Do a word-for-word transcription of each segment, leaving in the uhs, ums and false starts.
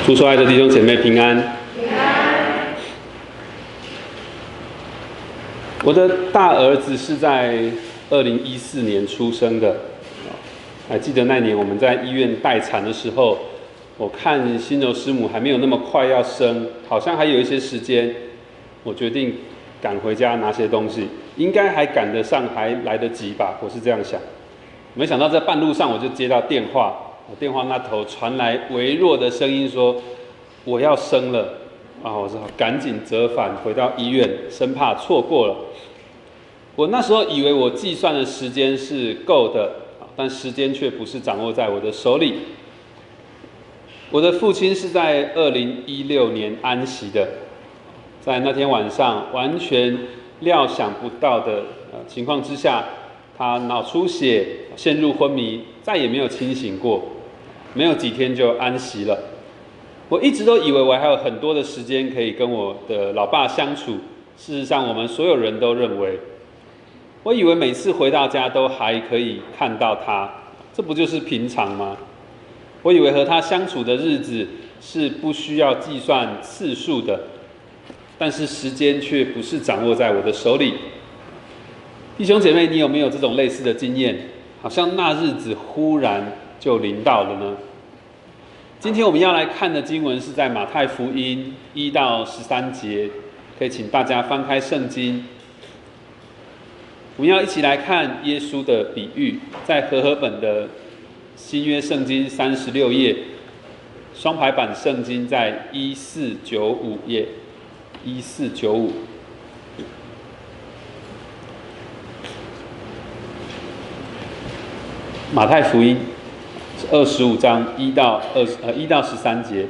主所爱的弟兄姐妹平安。 平安。 我的大儿子是在二零一四年出生的，还记得那年我们在医院待产的时候，我看心柔师母还没有那么快要生，好像还有一些时间，我决定赶回家拿些东西，应该还赶得上，还来得及吧，我是这样想。没想到在半路上我就接到电话。我电话那头传来微弱的声音说：“我要生了。”啊，我只好赶紧折返回到医院，生怕错过了。我那时候以为我计算的时间是够的，但时间却不是掌握在我的手里。我的父亲是在二零一六年安息的，在那天晚上完全料想不到的情况之下，他脑出血，陷入昏迷，再也没有清醒过，没有几天就安息了。我一直都以为我还有很多的时间可以跟我的老爸相处，事实上我们所有人都认为，我以为每次回到家都还可以看到他，这不就是平常吗？我以为和他相处的日子是不需要计算次数的，但是时间却不是掌握在我的手里。弟兄姐妹，你有没有这种类似的经验？好像那日子忽然就临到了呢？今天我们要来看的经文是在马太福音一到十三节，可以请大家翻开圣经。我们要一起来看耶稣的比喻，在和合本的新约圣经三十六页，双排版圣经在一四九五页，一四九五。马太福音二十五章一到二呃一到十三节，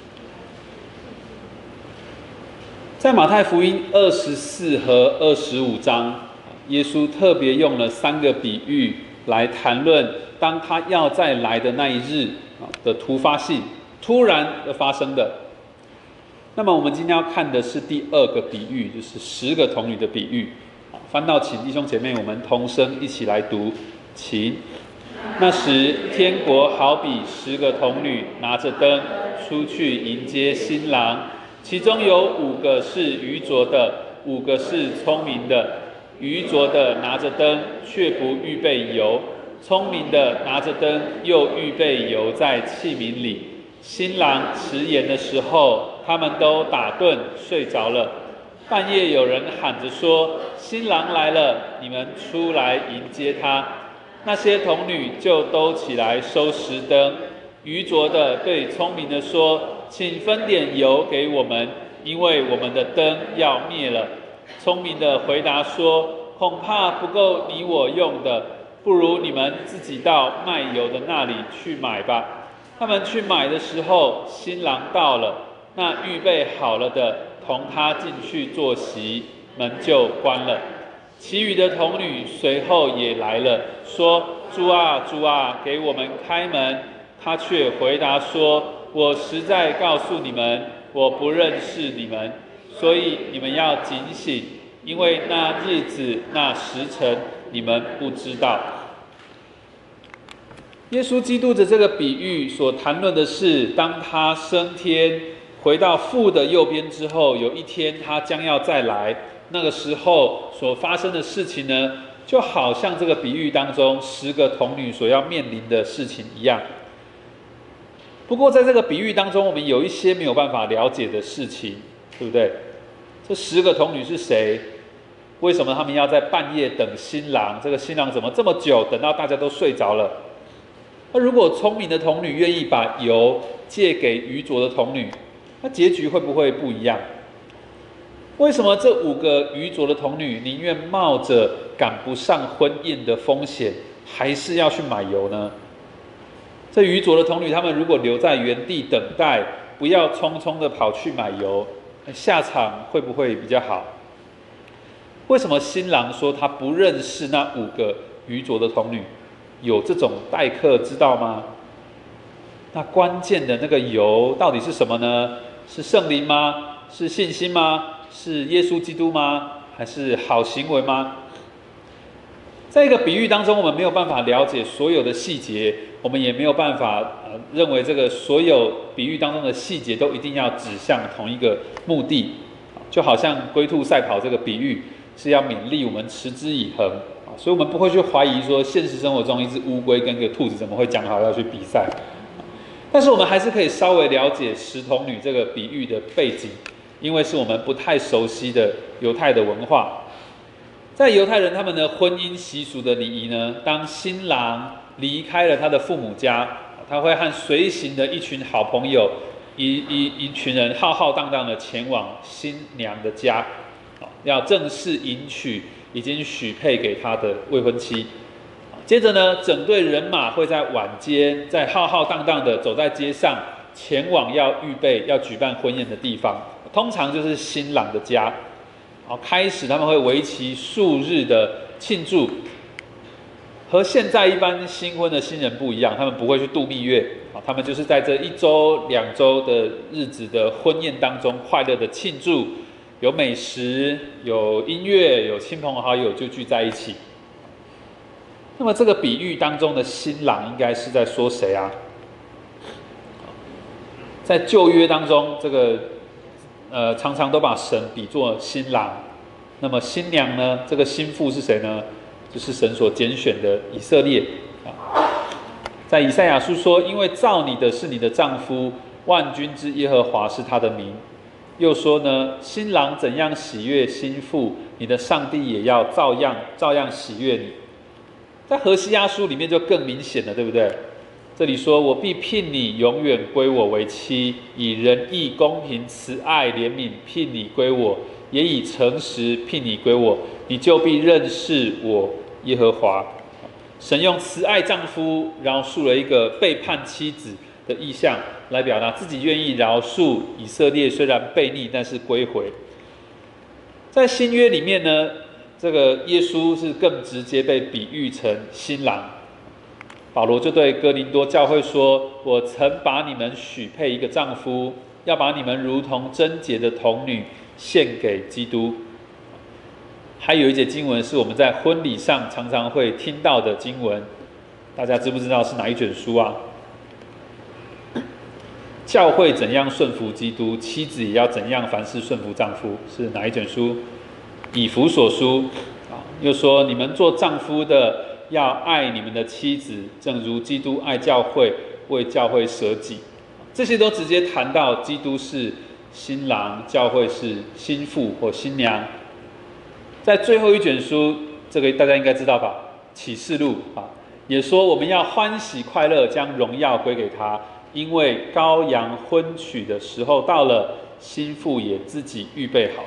在马太福音二十四和二十五章，耶稣特别用了三个比喻来谈论当他要再来的那一日的突发性，突然而发生的。那么我们今天要看的是第二个比喻，就是十个童女的比喻。翻到，请弟兄姐妹我们同声一起来读，请。那时，天国好比十个童女拿着灯出去迎接新郎，其中有五个是愚拙的，五个是聪明的。愚拙的拿着灯，却不预备油；聪明的拿着灯，又预备油在器皿里。新郎迟延的时候，他们都打盹睡着了。半夜有人喊着说：“新郎来了，你们出来迎接他。”那些童女就都起来收拾灯。愚拙的对聪明的说：“请分点油给我们，因为我们的灯要灭了。”聪明的回答说：“恐怕不够你我用的，不如你们自己到卖油的那里去买吧。”他们去买的时候，新郎到了，那预备好了的同他进去坐席，门就关了。其余的童女随后也来了，说：“主啊，主啊，给我们开门。”他却回答说：“我实在告诉你们，我不认识你们，所以你们要警醒，因为那日子、那时辰你们不知道。”耶稣基督的这个比喻所谈论的是，当他升天回到父的右边之后，有一天他将要再来。那个时候所发生的事情呢，就好像这个比喻当中十个童女所要面临的事情一样。不过在这个比喻当中，我们有一些没有办法了解的事情，对不对？这十个童女是谁？为什么他们要在半夜等新郎？这个新郎怎么这么久，等到大家都睡着了？那如果聪明的童女愿意把油借给愚拙的童女，那结局会不会不一样？为什么这五个愚拙的童女宁愿冒着赶不上婚宴的风险，还是要去买油呢？这愚拙的童女，她们如果留在原地等待，不要匆匆的跑去买油，下场会不会比较好？为什么新郎说他不认识那五个愚拙的童女？有这种待客之道吗？那关键的那个油到底是什么呢？是圣灵吗？是信心吗？是耶稣基督吗？还是好行为吗？ 在一个比喻当中，我们没有办法了解所有的细节，我们也没有办法呃认为这个所有比喻当中的细节都一定要指向同一个目的。就好像龟兔赛跑这个比喻是要勉励我们持之以恒啊，所以我们不会去怀疑说现实生活中一只乌龟跟一个兔子怎么会讲好要去比赛。但是我们还是可以稍微了解十童女这个比喻的背景，因为是我们不太熟悉的犹太的文化。在犹太人他们的婚姻习俗的礼仪呢，当新郎离开了他的父母家，他会和随行的一群好朋友，一一一群人浩浩荡荡的前往新娘的家，要正式迎娶已经许配给他的未婚妻。接着呢，整队人马会在晚间，在浩浩荡荡的走在街上，前往要预备要举办婚宴的地方，通常就是新郎的家。好，开始他们会为期数日的庆祝，和现在一般新婚的新人不一样，他们不会去度蜜月，他们就是在这一周、两周的日子的婚宴当中快乐的庆祝，有美食、有音乐、有亲朋好友就聚在一起。那么这个比喻当中的新郎应该是在说谁啊？在旧约当中，这个呃常常都把神比作新郎，那么新娘呢？这个新妇是谁呢？就是神所拣选的以色列啊。在以赛亚书说：“因为造你的是你的丈夫，万军之耶和华是他的名。”又说呢：“新郎怎样喜悦新妇，你的上帝也要照样照样喜悦你。”在何西阿书里面就更明显了，对不对？这里说：“我必聘你永远归我为妻，以仁义、公平、慈爱、怜悯聘你归我，也以诚实聘你归我，你就必认识我耶和华。”神用慈爱丈夫饶恕了一个背叛妻子的意象，来表达自己愿意饶恕以色列，虽然悖逆，但是归回。在新约里面呢，这个耶稣是更直接被比喻成新郎。保罗就对哥林多教会说：“我曾把你们许配一个丈夫，要把你们如同贞洁的童女献给基督。”还有一节经文是我们在婚礼上常常会听到的经文，大家知不知道是哪一卷书啊？教会怎样顺服基督，妻子也要怎样凡事顺服丈夫，是哪一卷书？以弗所书啊，又说你们做丈夫的要爱你们的妻子，正如基督爱教会，为教会舍己。这些都直接谈到基督是新郎，教会是新妇或新娘。在最后一卷书，这个大家应该知道吧？启示录啊，也说我们要欢喜快乐，将荣耀归给他，因为羔羊婚娶的时候到了，新妇也自己预备好了。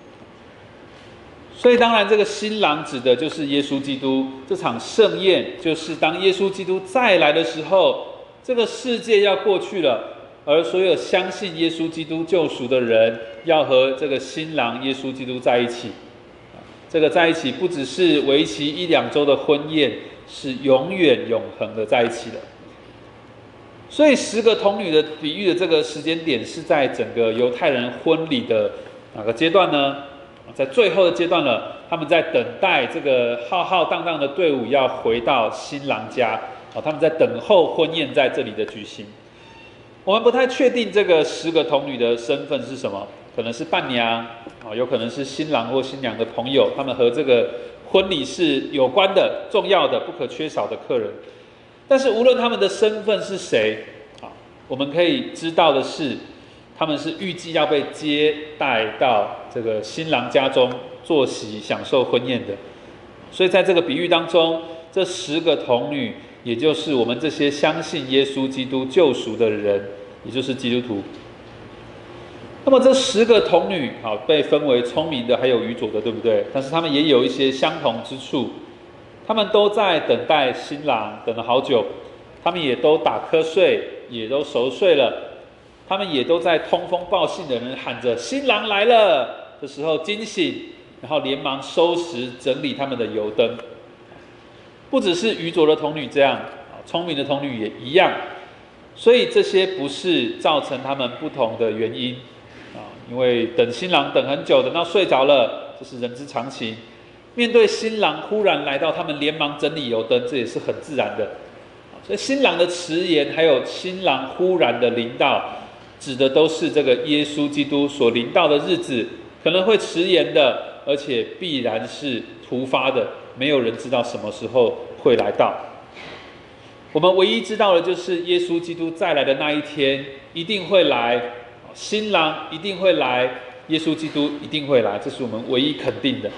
所以当然这个新郎指的就是耶稣基督，这场盛宴就是当耶稣基督再来的时候，这个世界要过去了，而所有相信耶稣基督救赎的人要和这个新郎耶稣基督在一起。这个在一起不只是为期一两周的婚宴，是永远永恒的在一起的。所以十个童女的比喻的这个时间点是在整个犹太人婚礼的哪个阶段呢？在最后的阶段了，他们在等待这个浩浩荡荡的队伍要回到新郎家，他们在等候婚宴在这里的举行。我们不太确定这个十个童女的身份是什么，可能是伴娘，有可能是新郎或新娘的朋友，他们和这个婚礼是有关的、重要的、不可缺少的客人。但是无论他们的身份是谁，我们可以知道的是，他们是预计要被接待到这个新郎家中坐席享受婚宴的。所以在这个比喻当中，这十个童女也就是我们这些相信耶稣基督救赎的人，也就是基督徒。那么这十个童女啊，被分为聪明的还有愚拙的，对不对？但是他们也有一些相同之处，他们都在等待新郎，等了好久，他们也都打瞌睡，也都熟睡了，他们也都在通风报信的人喊着新郎来了的时候惊醒，然后连忙收拾整理他们的油灯。不只是愚拙的童女这样，聪明的童女也一样。所以这些不是造成他们不同的原因啊，因为等新郎等很久，等到睡着了，这是人之常情。 面对新郎忽然来到，他们连忙整理油灯，这也是很自然的。所以新郎的迟延，还有新郎忽然的临到，指的都是这个耶稣基督所临到的日子，可能会迟延的，而且必然是突发的，没有人知道什么时候会来到。我们唯一知道的就是耶稣基督再来的那一天一定会来，新郎一定会来，耶稣基督一定会来，这是我们唯一肯定的。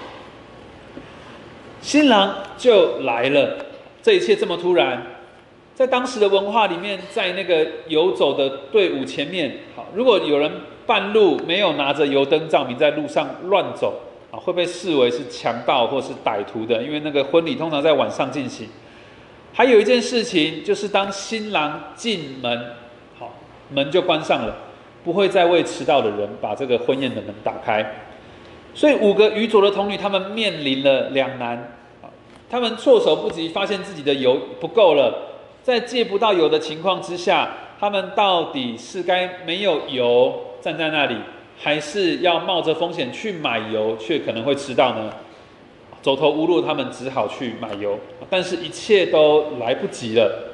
新郎就来了，这一切这么突然，在当时的文化里面，在那个游走的队伍前面，好，如果有人半路没有拿着油灯照明在路上乱走，啊，会被视为是强盗或是歹徒的，因为那个婚礼通常在晚上进行。还有一件事情，就是当新郎进门，好，门就关上了，不会再为迟到的人把这个婚宴的门打开。所以五个愚拙的童女，他们面临了两难，他们措手不及，发现自己的油不够了，在借不到油的情况之下，他们到底是该没有油站在那里，还是要冒着风险去买油，却可能会迟到呢？走投无路，他们只好去买油，但是一切都来不及了。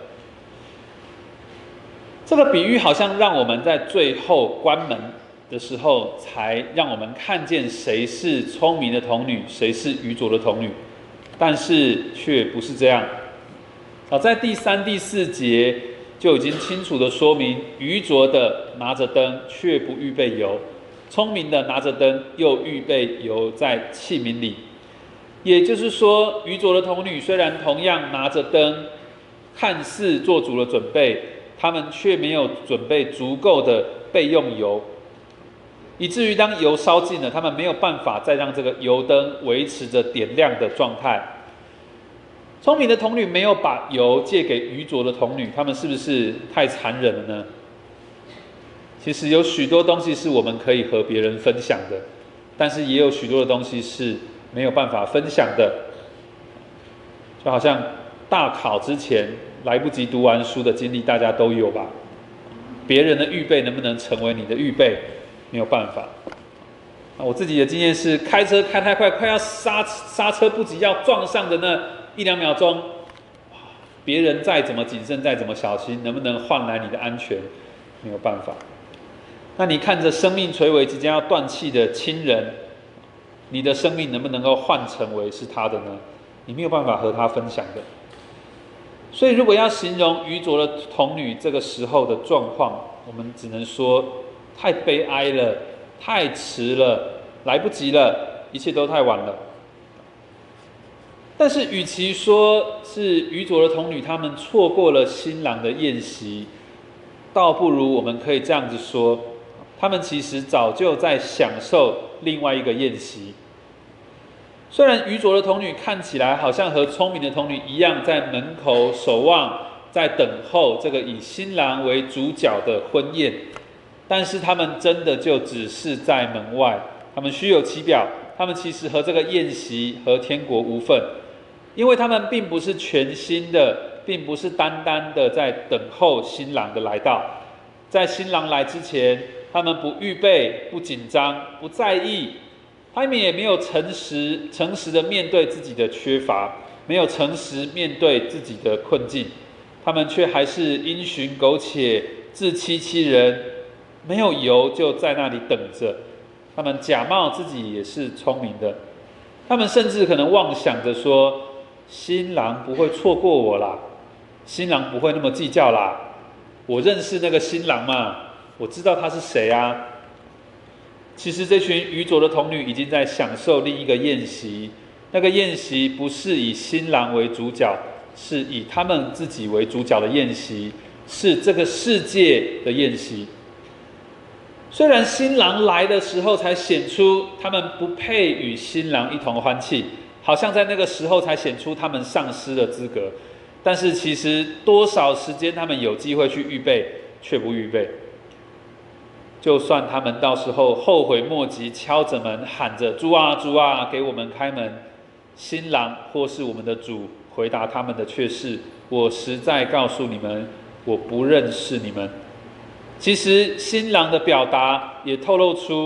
这个比喻好像让我们在最后关门的时候，才让我们看见谁是聪明的童女，谁是愚拙的童女，但是却不是这样。早在第三、第四节就已经清楚的说明，愚拙的拿着灯却不预备油，聪明的拿着灯又预备油在器皿里。也就是说，愚拙的童女虽然同样拿着灯，看似做足了准备，他们却没有准备足够的备用油，以至于当油烧尽了，他们没有办法再让这个油灯维持着点亮的状态。聪明的童女没有把油借给愚拙的童女，他们是不是太残忍了呢？其实有许多东西是我们可以和别人分享的，但是也有许多的东西是没有办法分享的。就好像大考之前来不及读完书的经历，大家都有吧？别人的预备能不能成为你的预备，没有办法。我自己的经验是，开车开太快，快要刹刹车不及要撞上的那一两秒钟，别人再怎么谨慎，再怎么小心，能不能换来你的安全，没有办法。那你看着生命垂危即将要断气的亲人，你的生命能不能够换成为是他的呢？你没有办法和他分享的。所以如果要形容愚拙的童女这个时候的状况，我们只能说太悲哀了，太迟了，来不及了，一切都太晚了。但是与其说是愚拙的童女她们错过了新郎的宴席，倒不如我们可以这样子说，她们其实早就在享受另外一个宴席。虽然愚拙的童女看起来好像和聪明的童女一样，在门口守望，在等候这个以新郎为主角的婚宴，但是他们真的就只是在门外，他们虚有其表，他们其实和这个宴席和天国无份，因为他们并不是全心的，并不是单单的在等候新郎的来到。在新郎来之前，他们不预备，不紧张，不在意，他们也没有诚实诚实的面对自己的缺乏，没有诚实面对自己的困境，他们却还是因循苟且，自欺欺人，没有油就在那里等着。他们假冒自己也是聪明的，他们甚至可能妄想着说，新郎不会错过我啦，新郎不会那么计较啦，我认识那个新郎嘛，我知道他是谁啊。其实这群愚拙的童女已经在享受另一个宴席，那个宴席不是以新郎为主角，是以他们自己为主角的宴席，是这个世界的宴席。虽然新郎来的时候才显出他们不配与新郎一同欢庆，好像在那个时候才显出他们丧失了资格，但是其实多少时间他们有机会去预备，却不预备。就算他们到时候后悔莫及，敲着门喊着主啊主啊给我们开门，新郎或是我们的主回答他们的却是，我实在告诉你们，我不认识你们。其实新郎的表达也透露出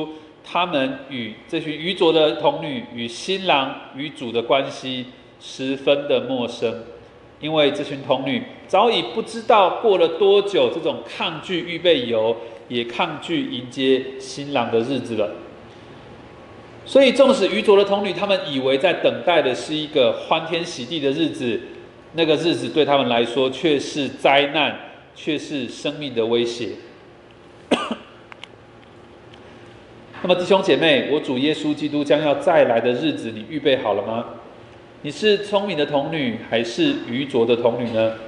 他们与这群愚拙的童女与新郎与主的关系十分的陌生，因为这群童女早已不知道过了多久这种抗拒预备油，也抗拒迎接新郎的日子了。所以纵使愚拙的童女，他们以为在等待的是一个欢天喜地的日子，那个日子对他们来说却是灾难，却是生命的威胁。那么弟兄姐妹，我主耶稣基督将要再来的日子，你预备好了吗？你是聪明的童女，还是愚拙的童女呢？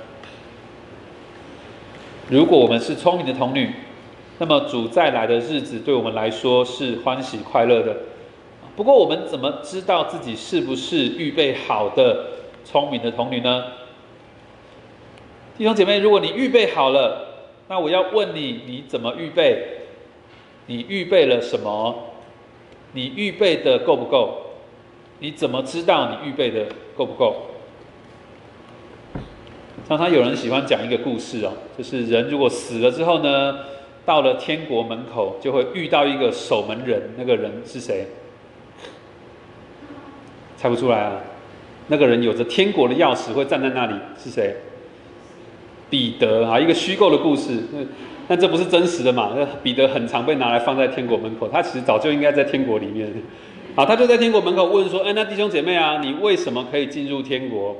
如果我们是聪明的童女，那么主再来的日子对我们来说是欢喜快乐的。不过我们怎么知道自己是不是预备好的聪明的童女呢？弟兄姐妹，如果你预备好了，那我要问你，你怎么预备？你预备了什么？你预备的够不够？你怎么知道你预备的够不够？常常有人喜欢讲一个故事哦，就是人如果死了之后呢，到了天国门口就会遇到一个守门人，那个人是谁？猜不出来啊？那个人有着天国的钥匙，会站在那里，是谁？彼得啊，一个虚构的故事。但这不是真实的嘛？彼得很常被拿来放在天国门口，他其实早就应该在天国里面。好，他就在天国门口问说：“哎，那弟兄姐妹啊，你为什么可以进入天国？”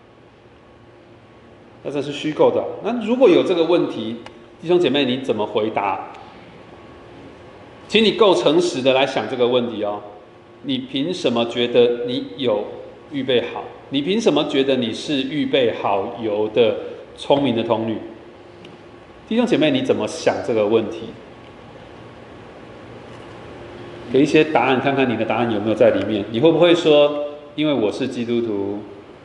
那这是虚构的。那如果有这个问题，弟兄姐妹你怎么回答？请你够诚实的来想这个问题哦。你凭什么觉得你有预备好？你凭什么觉得你是预备好油的聪明的童女？弟兄姐妹，你怎么想这个问题？给一些答案，看看你的答案有没有在里面。你会不会说，因为我是基督徒？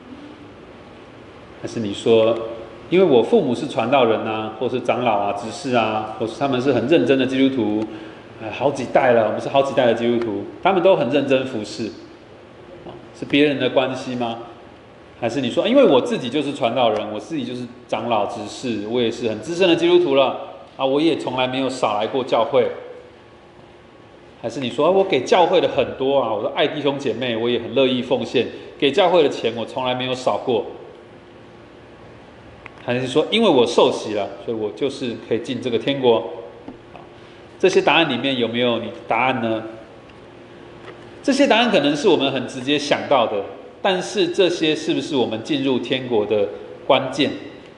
还是你说，因为我父母是传道人啊，或是长老啊、执事啊，或是他们是很认真的基督徒，呃，好几代了，我们是好几代的基督徒，他们都很认真服侍，是别人的关系吗？还是你说，因为我自己就是传道人，我自己就是长老执事，我也是很资深的基督徒了啊，我也从来没有少来过教会。还是你说，我给教会的很多啊，我的爱弟兄姐妹，我也很乐意奉献，给教会的钱我从来没有少过。还是说，因为我受洗了，所以我就是可以进这个天国。这些答案里面有没有你的答案呢？这些答案可能是我们很直接想到的，但是这些是不是我们进入天国的关键？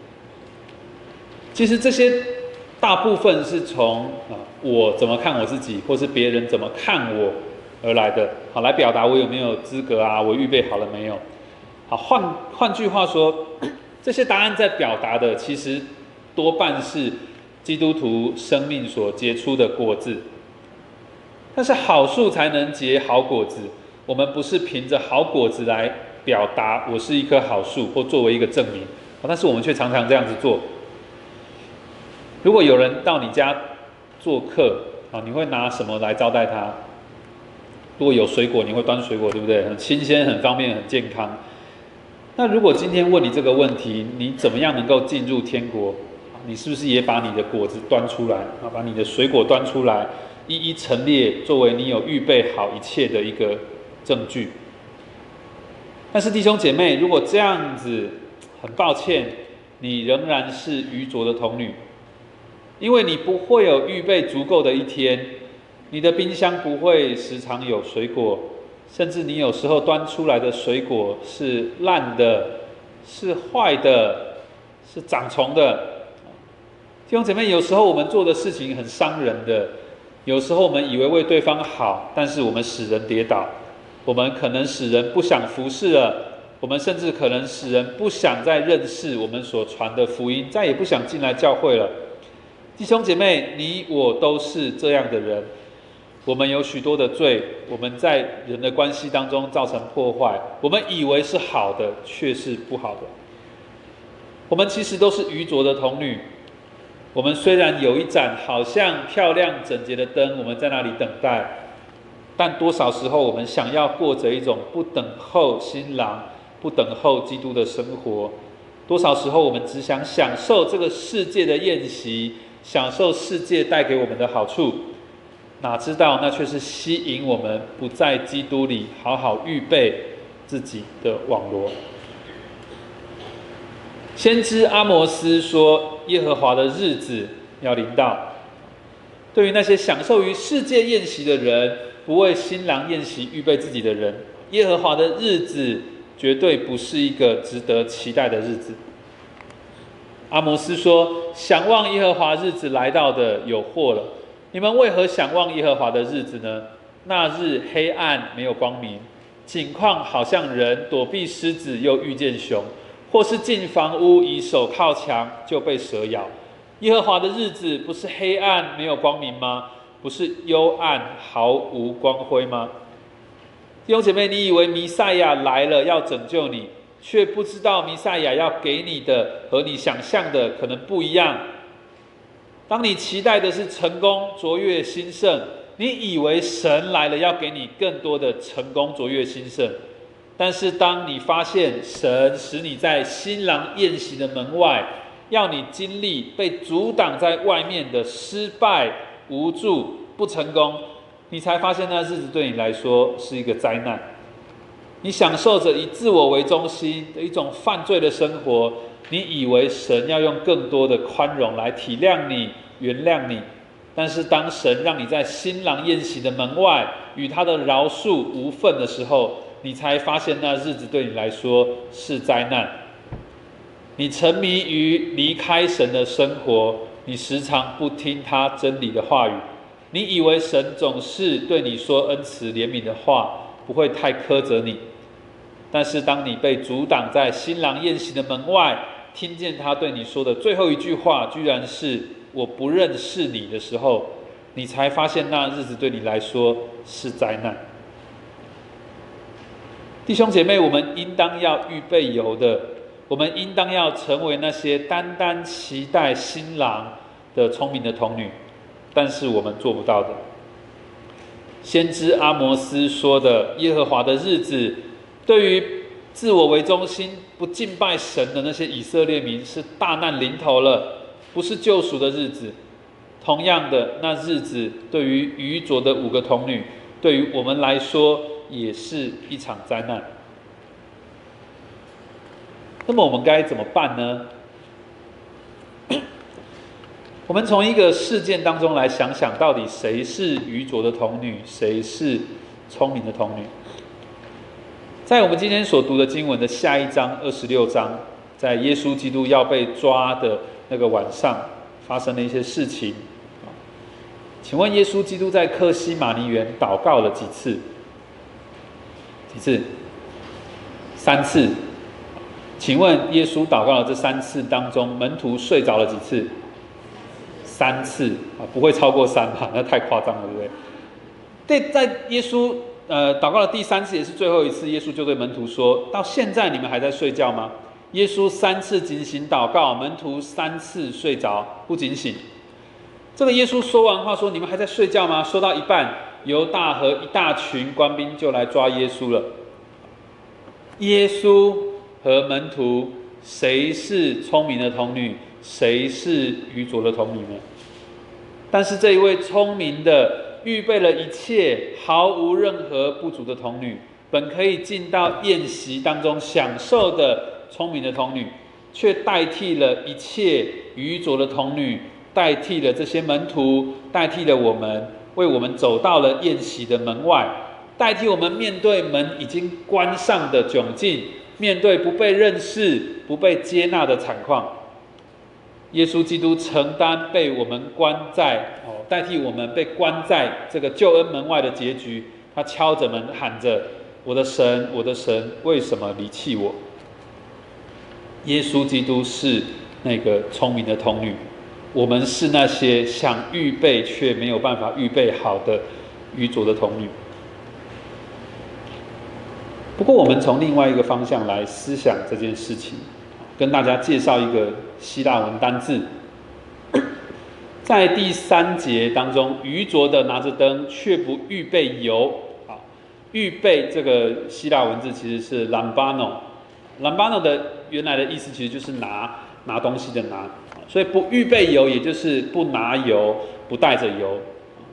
其实这些大部分是从啊我怎么看我自己，或是别人怎么看我而来的，好来表达我有没有资格啊，我预备好了没有？好，换换句话说，这些答案在表达的其实多半是基督徒生命所结出的果子。但是好树才能结好果子，我们不是凭着好果子来表达我是一棵好树，或作为一个证明，但是我们却常常这样子做。如果有人到你家做客，你会拿什么来招待他？如果有水果，你会端水果，对不对？很新鲜、很方便、很健康。那如果今天问你这个问题，你怎么样能够进入天国？你是不是也把你的果子端出来，把你的水果端出来，一一陈列，作为你有预备好一切的一个证据？但是弟兄姐妹，如果这样子，很抱歉，你仍然是愚拙的童女，因为你不会有预备足够的一天，你的冰箱不会时常有水果，甚至你有时候端出来的水果是烂的，是坏的，是长虫的。弟兄姐妹，有时候我们做的事情很伤人的，有时候我们以为为对方好，但是我们使人跌倒，我们可能使人不想服侍了，我们甚至可能使人不想再认识我们所传的福音，再也不想进来教会了。弟兄姐妹，你我都是这样的人，我们有许多的罪，我们在人的关系当中造成破坏，我们以为是好的，却是不好的。我们其实都是愚拙的童女，我们虽然有一盏好像漂亮整洁的灯，我们在那里等待，但多少时候我们想要过着一种不等候新郎、不等候基督的生活。多少时候我们只想享受这个世界的宴席，享受世界带给我们的好处， 哪知道那却是吸引我们不在基督里好好预备自己的网罗。先知阿摩斯说，耶和华的日子要临到。对于那些享受于世界宴席的人，不为新郎宴席预备自己的人，耶和华的日子绝对不是一个值得期待的日子。阿摩斯说，想望耶和华日子来到的有祸了。你们为何想望耶和华的日子呢？那日黑暗没有光明，景况好像人躲避狮子又遇见熊，或是进房屋以手靠墙就被蛇咬。耶和华的日子不是黑暗没有光明吗？不是幽暗毫无光辉吗？弟兄姐妹，你以为弥赛亚来了要拯救你，却不知道弥赛亚要给你的和你想象的可能不一样。当你期待的是成功、卓越、兴盛，你以为神来了要给你更多的成功、卓越、兴盛，但是当你发现神使你在新郎宴席的门外，要你经历被阻挡在外面的失败、无助、不成功，你才发现那日子对你来说是一个灾难。你享受着以自我为中心的一种犯罪的生活，你以为神要用更多的宽容来体谅你、原谅你，但是当神让你在新郎宴席的门外与他的饶恕无份的时候，你才发现那日子对你来说是灾难。你沉迷于离开神的生活，你时常不听他真理的话语，你以为神总是对你说恩慈怜悯的话，不会太苛责你，但是当你被阻挡在新郎宴席的门外，听见他对你说的最后一句话居然是我不认识你的时候，你才发现那日子对你来说是灾难。弟兄姐妹，我们应当要预备有的，我们应当要成为那些单单期待新郎的聪明的童女，但是我们做不到的。先知阿摩斯说的耶和华的日子，对于自我为中心不敬拜神的那些以色列民是大难临头了，不是救赎的日子。同样的，那日子对于愚拙的五个童女，对于我们来说也是一场灾难。那么我们该怎么办呢？我们从一个事件当中来想想，到底谁是愚拙的童女，谁是聪明的童女？在我们今天所读的经文的下一章二十六章，在耶稣基督要被抓的那个晚上，发生了一些事情。请问耶稣基督在客西马尼园祷告了几次？几次？三次。请问耶稣祷告的这三次当中，门徒睡着了几次？三次啊，不会超过三吧？那太夸张了，对不对？对，在耶稣呃祷告的第三次，也是最后一次，耶稣就对门徒说：“到现在你们还在睡觉吗？”耶稣三次警醒祷告，门徒三次睡着不警醒。这个耶稣说完话说：“你们还在睡觉吗？”说到一半，犹大和一大群官兵就来抓耶稣了。耶稣和门徒，谁是聪明的童女，谁是愚拙的童女呢？但是这一位聪明的、预备了一切、毫无任何不足的童女，本可以进到宴席当中享受的聪明的童女，却代替了一切愚拙的童女，代替了这些门徒，代替了我们，为我们走到了宴席的门外，代替我们面对门已经关上的窘境，面对不被认识、不被接纳的惨况。耶稣基督承担被我们关在哦，代替我们被关在这个救恩门外的结局。他敲着门喊着：“我的神，我的神，为什么离弃我？”耶稣基督是那个聪明的童女，我们是那些想预备却没有办法预备好的愚拙的童女。不过，我们从另外一个方向来思想这件事情，跟大家介绍一个希腊文单字。在第三节当中，愚拙的拿着灯，却不预备油。啊，预备这个希腊文字其实是 lambano，lambano 的原来的意思其实就是拿拿东西的拿，所以不预备油，也就是不拿油，不带着油。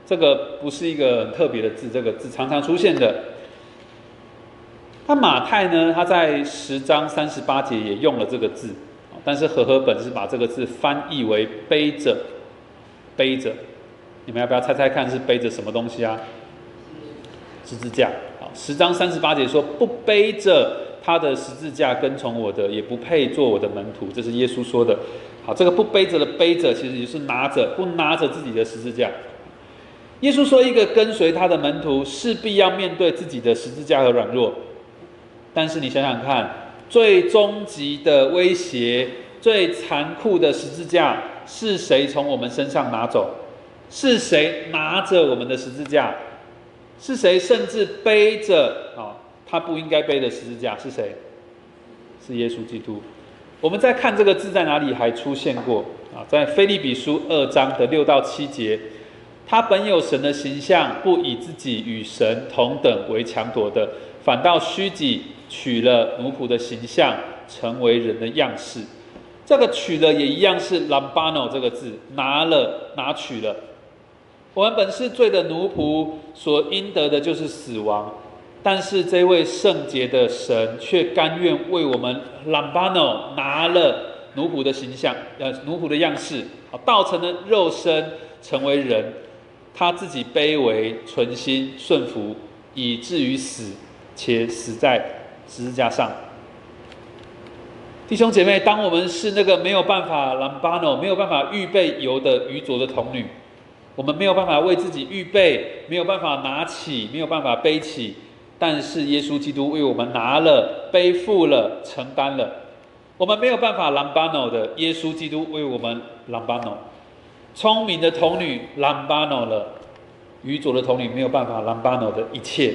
这个不是一个很特别的字，这个字常常出现的。那马太呢，他在十章三十八节也用了这个字，但是和合本是把这个字翻译为背着，背着。你们要不要猜猜看是背着什么东西啊？十字架。好，十章三十八节说，不背着他的十字架跟从我的，也不配做我的门徒。这是耶稣说的。好，这个不背着的背着，其实也是拿着，不拿着自己的十字架。耶稣说，一个跟随他的门徒，势必要面对自己的十字架和软弱。但是你想想看，最终极的威胁、最残酷的十字架，是谁从我们身上拿走？是谁拿着我们的十字架？是谁甚至背着啊、哦，他不应该背的十字架？是谁？是耶稣基督。我们再看这个字在哪里还出现过啊？在腓立比书二章的六到七节，他本有神的形象，不以自己与神同等为强夺的，反倒虚己，取了奴仆的形象，成为人的样式。这个取了也一样是 lambano 这个字，拿了，拿取了。我们本是罪的奴仆，所应得的就是死亡。但是这位圣洁的神却甘愿为我们 lambano 拿了奴仆的形象，呃，奴仆的样式，道成了肉身，成为人。他自己卑微、存心、顺服，以至于死，且死在十字架上。弟兄姐妹，当我们是那个没有办法 lambano 没有办法预备油的愚拙的童女，我们没有办法为自己预备，没有办法拿起，没有办法背起，但是耶稣基督为我们拿了、背负了、承担了。我们没有办法 lambano 的，耶稣基督为我们 lambano。聪明的童女 lambano 了，愚拙的童女没有办法 lambano 的一切。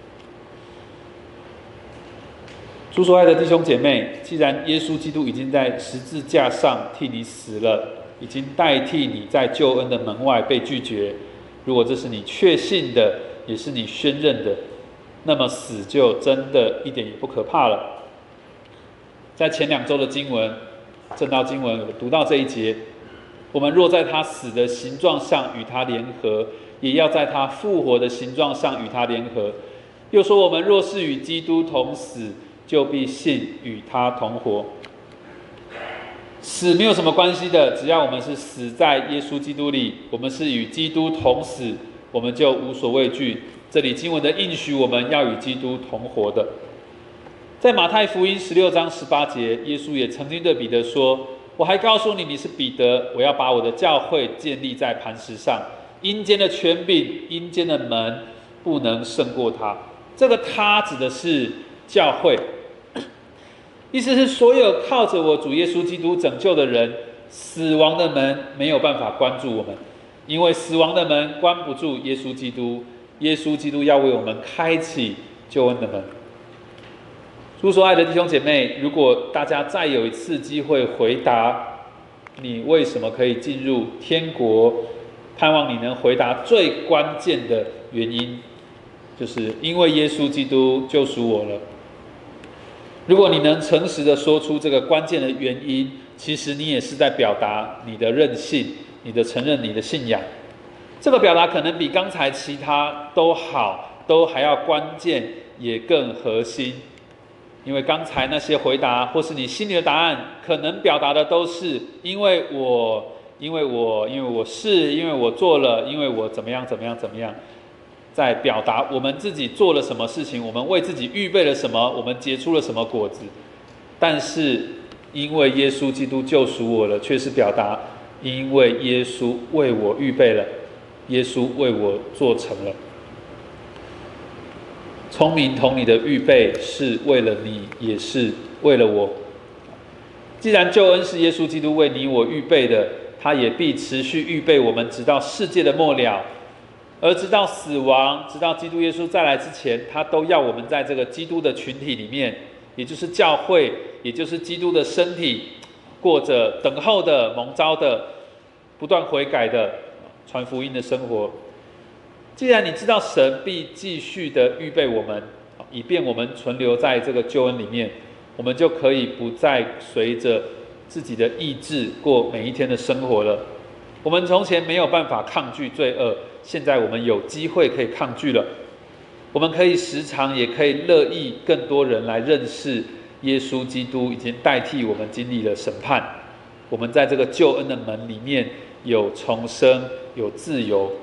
主所爱的弟兄姐妹，既然耶稣基督已经在十字架上替你死了，已经代替你在救恩的门外被拒绝，如果这是你确信的，也是你宣认的，那么死就真的一点也不可怕了。在前两周的经文，正道经文有读到这一节，我们若在他死的形状上与他联合，也要在他复活的形状上与他联合。又说，我们若是与基督同死，就必信与他同活。死没有什么关系的，只要我们是死在耶稣基督里，我们是与基督同死，我们就无所畏惧。这里经文的应许我们要与基督同活的。在马太福音十六章十八节，耶稣也曾经对彼得说，我还告诉你，你是彼得，我要把我的教会建立在磐石上，阴间的权柄、阴间的门不能胜过他。这个他指的是教会，意思是所有靠着我主耶稣基督拯救的人，死亡的门没有办法关住我们，因为死亡的门关不住耶稣基督，耶稣基督要为我们开启救恩的门。主所爱的弟兄姐妹，如果大家再有一次机会回答你为什么可以进入天国，盼望你能回答最关键的原因，就是因为耶稣基督救赎我了。如果你能诚实的说出这个关键的原因，其实你也是在表达你的任性，你的承认你的信仰。这个表达可能比刚才其他都好，都还要关键，也更核心。因为刚才那些回答或是你心里的答案，可能表达的都是因为我因为我因为我是因为我做了，因为我怎么样怎么样怎么样，在表达我们自己做了什么事情，我们为自己预备了什么，我们结出了什么果子。但是因为耶稣基督救赎我了，却是表达因为耶稣为我预备了，耶稣为我做成了。聪明童女的预备是为了你，也是为了我。既然救恩是耶稣基督为你我预备的，他也必持续预备我们，直到世界的末了。而直到死亡，直到基督耶稣再来之前，他都要我们在这个基督的群体里面，也就是教会，也就是基督的身体，过着等候的、蒙召的、不断悔改的、传福音的生活。既然你知道神必继续的预备我们，以便我们存留在这个救恩里面，我们就可以不再随着自己的意志过每一天的生活了。我们从前没有办法抗拒罪恶， 现在我们有机会可以抗拒了。我们可以时常也可以乐意更多人来认识耶稣基督已经代替我们经历了审判，我们在这个救恩的门里面有重生，有自由。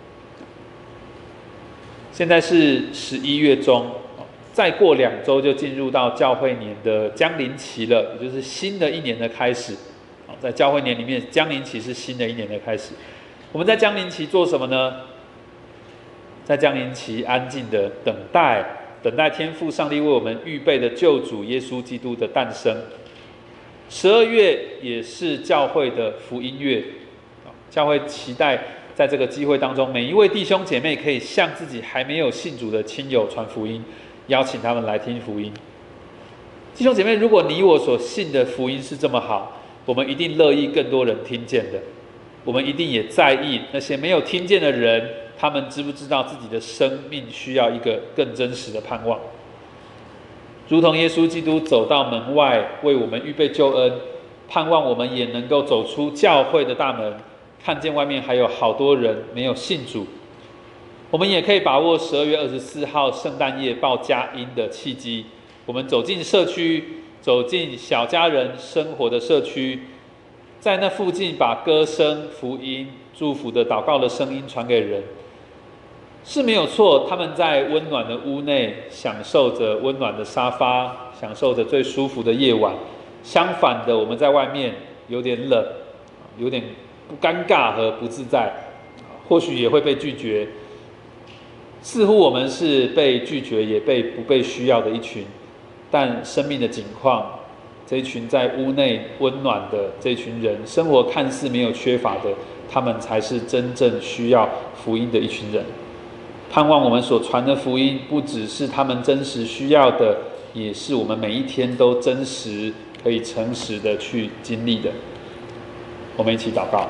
现在是十一月中，再过两周就进入到教会年的将临期了，也就是新的一年的开始。在教会年里面，将临期是新的一年的开始。我们在将临期做什么呢？在将临期安静的等待，等待天父上帝为我们预备的救主耶稣基督的诞生。十二月也是教会的福音月，教会期待在这个机会当中，每一位弟兄姐妹可以向自己还没有信主的亲友传福音，邀请他们来听福音。弟兄姐妹，如果你我所信的福音是这么好，我们一定乐意更多人听见的，我们一定也在意那些没有听见的人，他们知不知道自己的生命需要一个更真实的盼望。如同耶稣基督走到门外为我们预备救恩，盼望我们也能够走出教会的大门，看见外面还有好多人没有信主。我们也可以把握十二月二十四号圣诞夜报佳音的契机，我们走进社区，走进小家人生活的社区，在那附近把歌声、福音、祝福的祷告的声音传给人。是没有错，他们在温暖的屋内享受着温暖的沙发，享受着最舒服的夜晚。相反的，我们在外面有点冷，有点不尴尬和不自在，或许也会被拒绝。似乎我们是被拒绝也被不被需要的一群，但生命的景况，这一群在屋内温暖的这群人，生活看似没有缺乏的，他们才是真正需要福音的一群人。盼望我们所传的福音，不只是他们真实需要的，也是我们每一天都真实可以诚实的去经历的。我们一起祷告。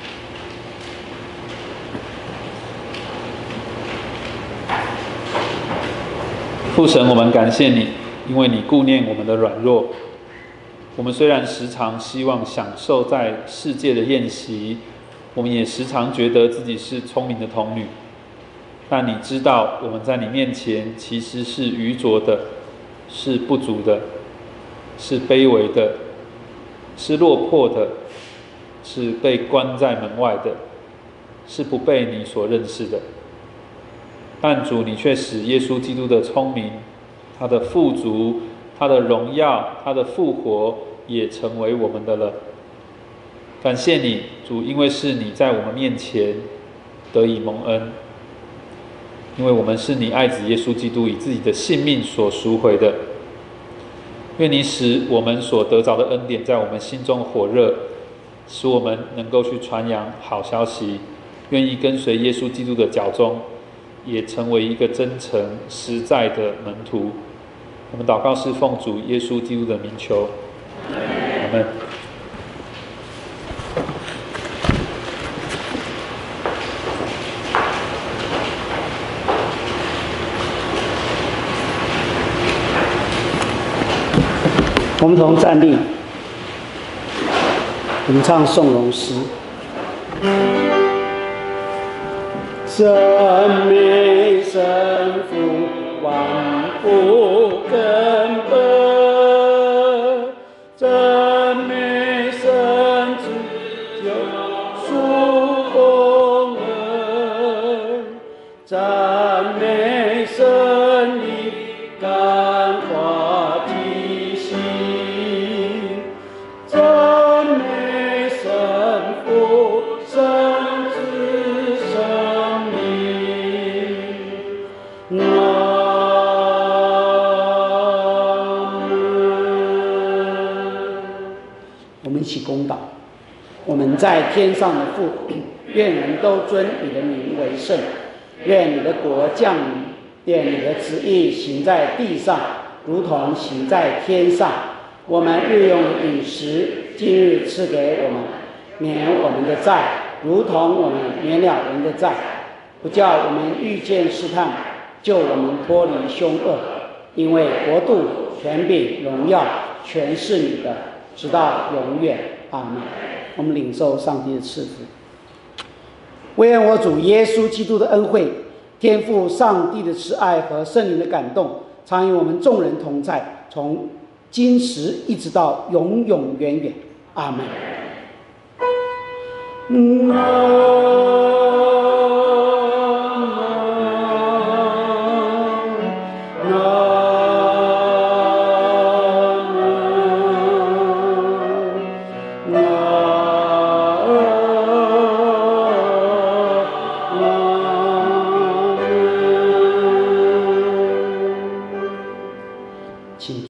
父神，我们感谢你，因为你顾念我们的软弱。我们虽然时常希望享受在世界的宴席，我们也时常觉得自己是聪明的童女，但你知道我们在你面前其实是愚拙的，是不足的，是卑微的，是落魄的，是被关在门外的，是不被你所认识的。但主，你却使耶稣基督的聪明，他的富足，他的荣耀，他的复活也成为我们的了。感谢你，主，因为是你在我们面前得以蒙恩，因为我们是你爱子耶稣基督以自己的性命所赎回的。愿你使我们所得着的恩典在我们心中火热，使我们能够去传扬好消息，愿意跟随耶稣基督的脚踪，也成为一个真诚实在的门徒。我们祷告是奉主耶稣基督的名求，阿们。 我们同站立，我们唱颂咏诗。真美神父，万福根本；真美神子，救赎功恩；真美神灵，感化体系；真美神父，神子生命。我们一起恭祷。我们在天上的父，愿人都尊你的名为圣。愿你的国降临，愿你的旨意行在地上，如同行在天上。我们日用的饮食，今日赐给我们，免我们的债，如同我们免了人的债，不叫我们遇见试探，救我们脱离凶恶。因为国度、权柄、荣耀，全是你的，直到永远。阿们。我们领受上帝的赐福。 惟愿我主耶稣基督的恩惠、天父上帝的慈爱和圣灵的感动，常与我们众人同在，从今时一直到永永远远。阿门。嗯